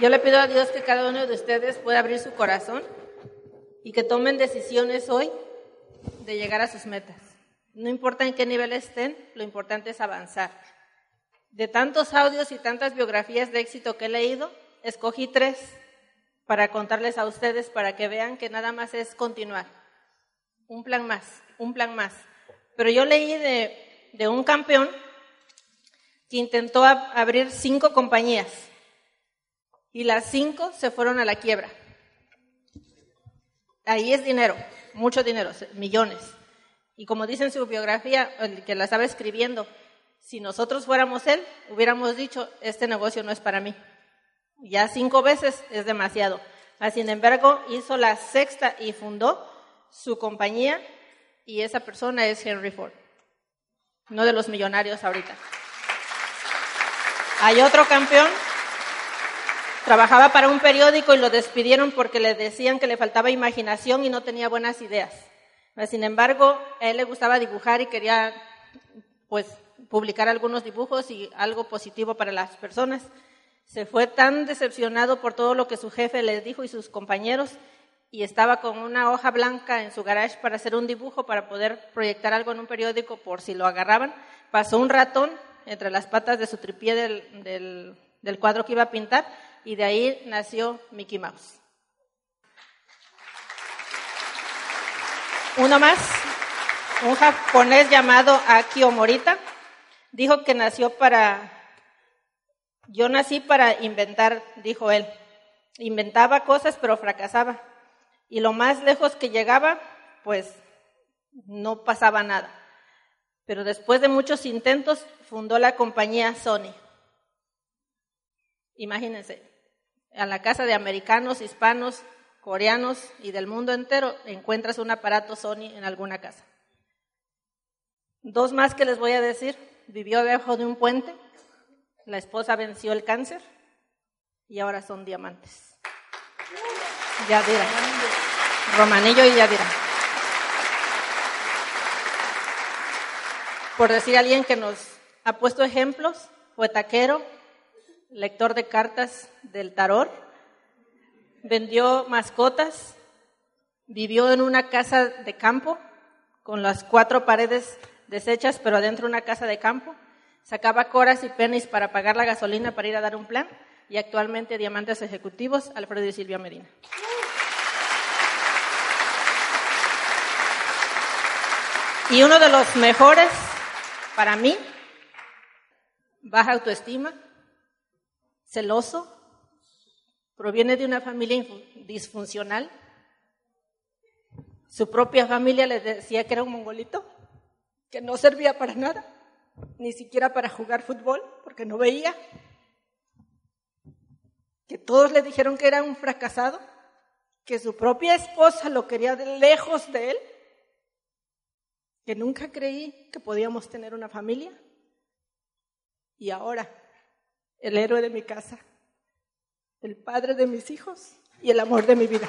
Yo le pido a Dios que cada uno de ustedes pueda abrir su corazón y que tomen decisiones hoy de llegar a sus metas. No importa en qué nivel estén, lo importante es avanzar. De tantos audios y tantas biografías de éxito que he leído, escogí 3 para contarles a ustedes para que vean que nada más es continuar. Un plan más. Pero yo leí de un campeón que intentó abrir 5 compañías y las 5 se fueron a la quiebra. Ahí es dinero, mucho dinero, millones. Y como dice en su biografía, el que la estaba escribiendo, si nosotros fuéramos él, hubiéramos dicho, este negocio no es para mí. Ya 5 veces es demasiado. Sin embargo, hizo la 6ª y fundó su compañía, y esa persona es Henry Ford, no de los millonarios ahorita. Hay otro campeón, trabajaba para un periódico y lo despidieron porque le decían que le faltaba imaginación y no tenía buenas ideas. Sin embargo, a él le gustaba dibujar y quería publicar algunos dibujos y algo positivo para las personas. Se fue tan decepcionado por todo lo que su jefe le dijo y sus compañeros, y estaba con una hoja blanca en su garage para hacer un dibujo, para poder proyectar algo en un periódico por si lo agarraban. Pasó un ratón entre las patas de su tripié del cuadro que iba a pintar, y de ahí nació Mickey Mouse. Uno más, un japonés llamado Akio Morita, dijo que yo nací para inventar, dijo él. Inventaba cosas, pero fracasaba. Y lo más lejos que llegaba, no pasaba nada. Pero después de muchos intentos, fundó la compañía Sony. Imagínense, a la casa de americanos, hispanos, coreanos y del mundo entero, encuentras un aparato Sony en alguna casa. 2 más que les voy a decir. Vivió debajo de un puente, la esposa venció el cáncer y ahora son diamantes. Yadira, Romanillo y Yadira. Por decir a alguien que nos ha puesto ejemplos, fue taquero, lector de cartas del tarot, vendió mascotas, vivió en una casa de campo con las 4 paredes deshechas, pero adentro una casa de campo, sacaba coras y pennies para pagar la gasolina para ir a dar un plan, y actualmente diamantes ejecutivos, Alfredo y Silvia Medina. Y uno de los mejores para mí, baja autoestima, celoso, proviene de una familia disfuncional. Su propia familia le decía que era un mongolito, que no servía para nada, ni siquiera para jugar fútbol, porque no veía. Que todos le dijeron que era un fracasado, que su propia esposa lo quería lejos de él, que nunca creí que podíamos tener una familia. Y ahora, el héroe de mi casa, el padre de mis hijos y el amor de mi vida.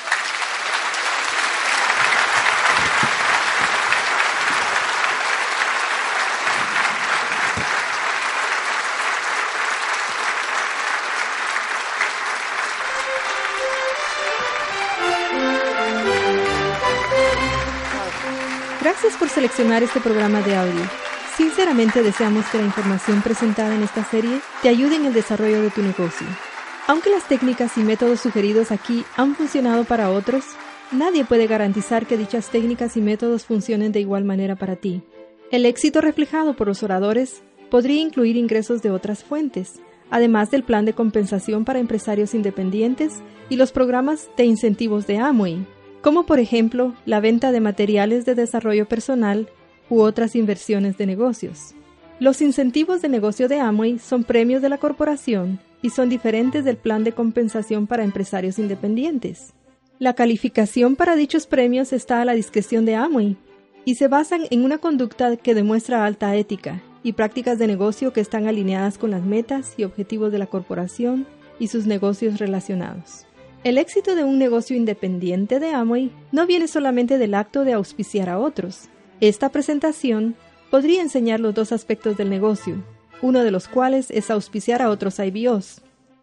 Gracias por seleccionar este programa de audio. Sinceramente deseamos que la información presentada en esta serie te ayude en el desarrollo de tu negocio. Aunque las técnicas y métodos sugeridos aquí han funcionado para otros, nadie puede garantizar que dichas técnicas y métodos funcionen de igual manera para ti. El éxito reflejado por los oradores podría incluir ingresos de otras fuentes, además del plan de compensación para empresarios independientes y los programas de incentivos de Amway, como por ejemplo la venta de materiales de desarrollo personal u otras inversiones de negocios. Los incentivos de negocio de Amway son premios de la corporación y son diferentes del plan de compensación para empresarios independientes. La calificación para dichos premios está a la discreción de Amway y se basan en una conducta que demuestra alta ética y prácticas de negocio que están alineadas con las metas y objetivos de la corporación y sus negocios relacionados. El éxito de un negocio independiente de Amway no viene solamente del acto de auspiciar a otros. Esta presentación podría enseñar los 2 aspectos del negocio, uno de los cuales es auspiciar a otros IBOs.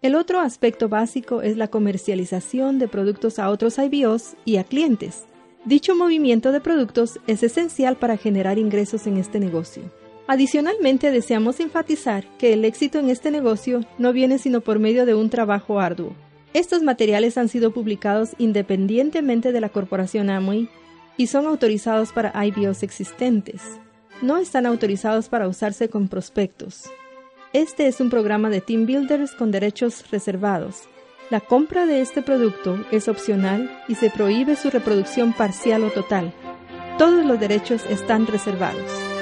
El otro aspecto básico es la comercialización de productos a otros IBOs y a clientes. Dicho movimiento de productos es esencial para generar ingresos en este negocio. Adicionalmente, deseamos enfatizar que el éxito en este negocio no viene sino por medio de un trabajo arduo. Estos materiales han sido publicados independientemente de la corporación Amway y son autorizados para IBOs existentes. No están autorizados para usarse con prospectos. Este es un programa de Team Builders con derechos reservados. La compra de este producto es opcional y se prohíbe su reproducción parcial o total. Todos los derechos están reservados.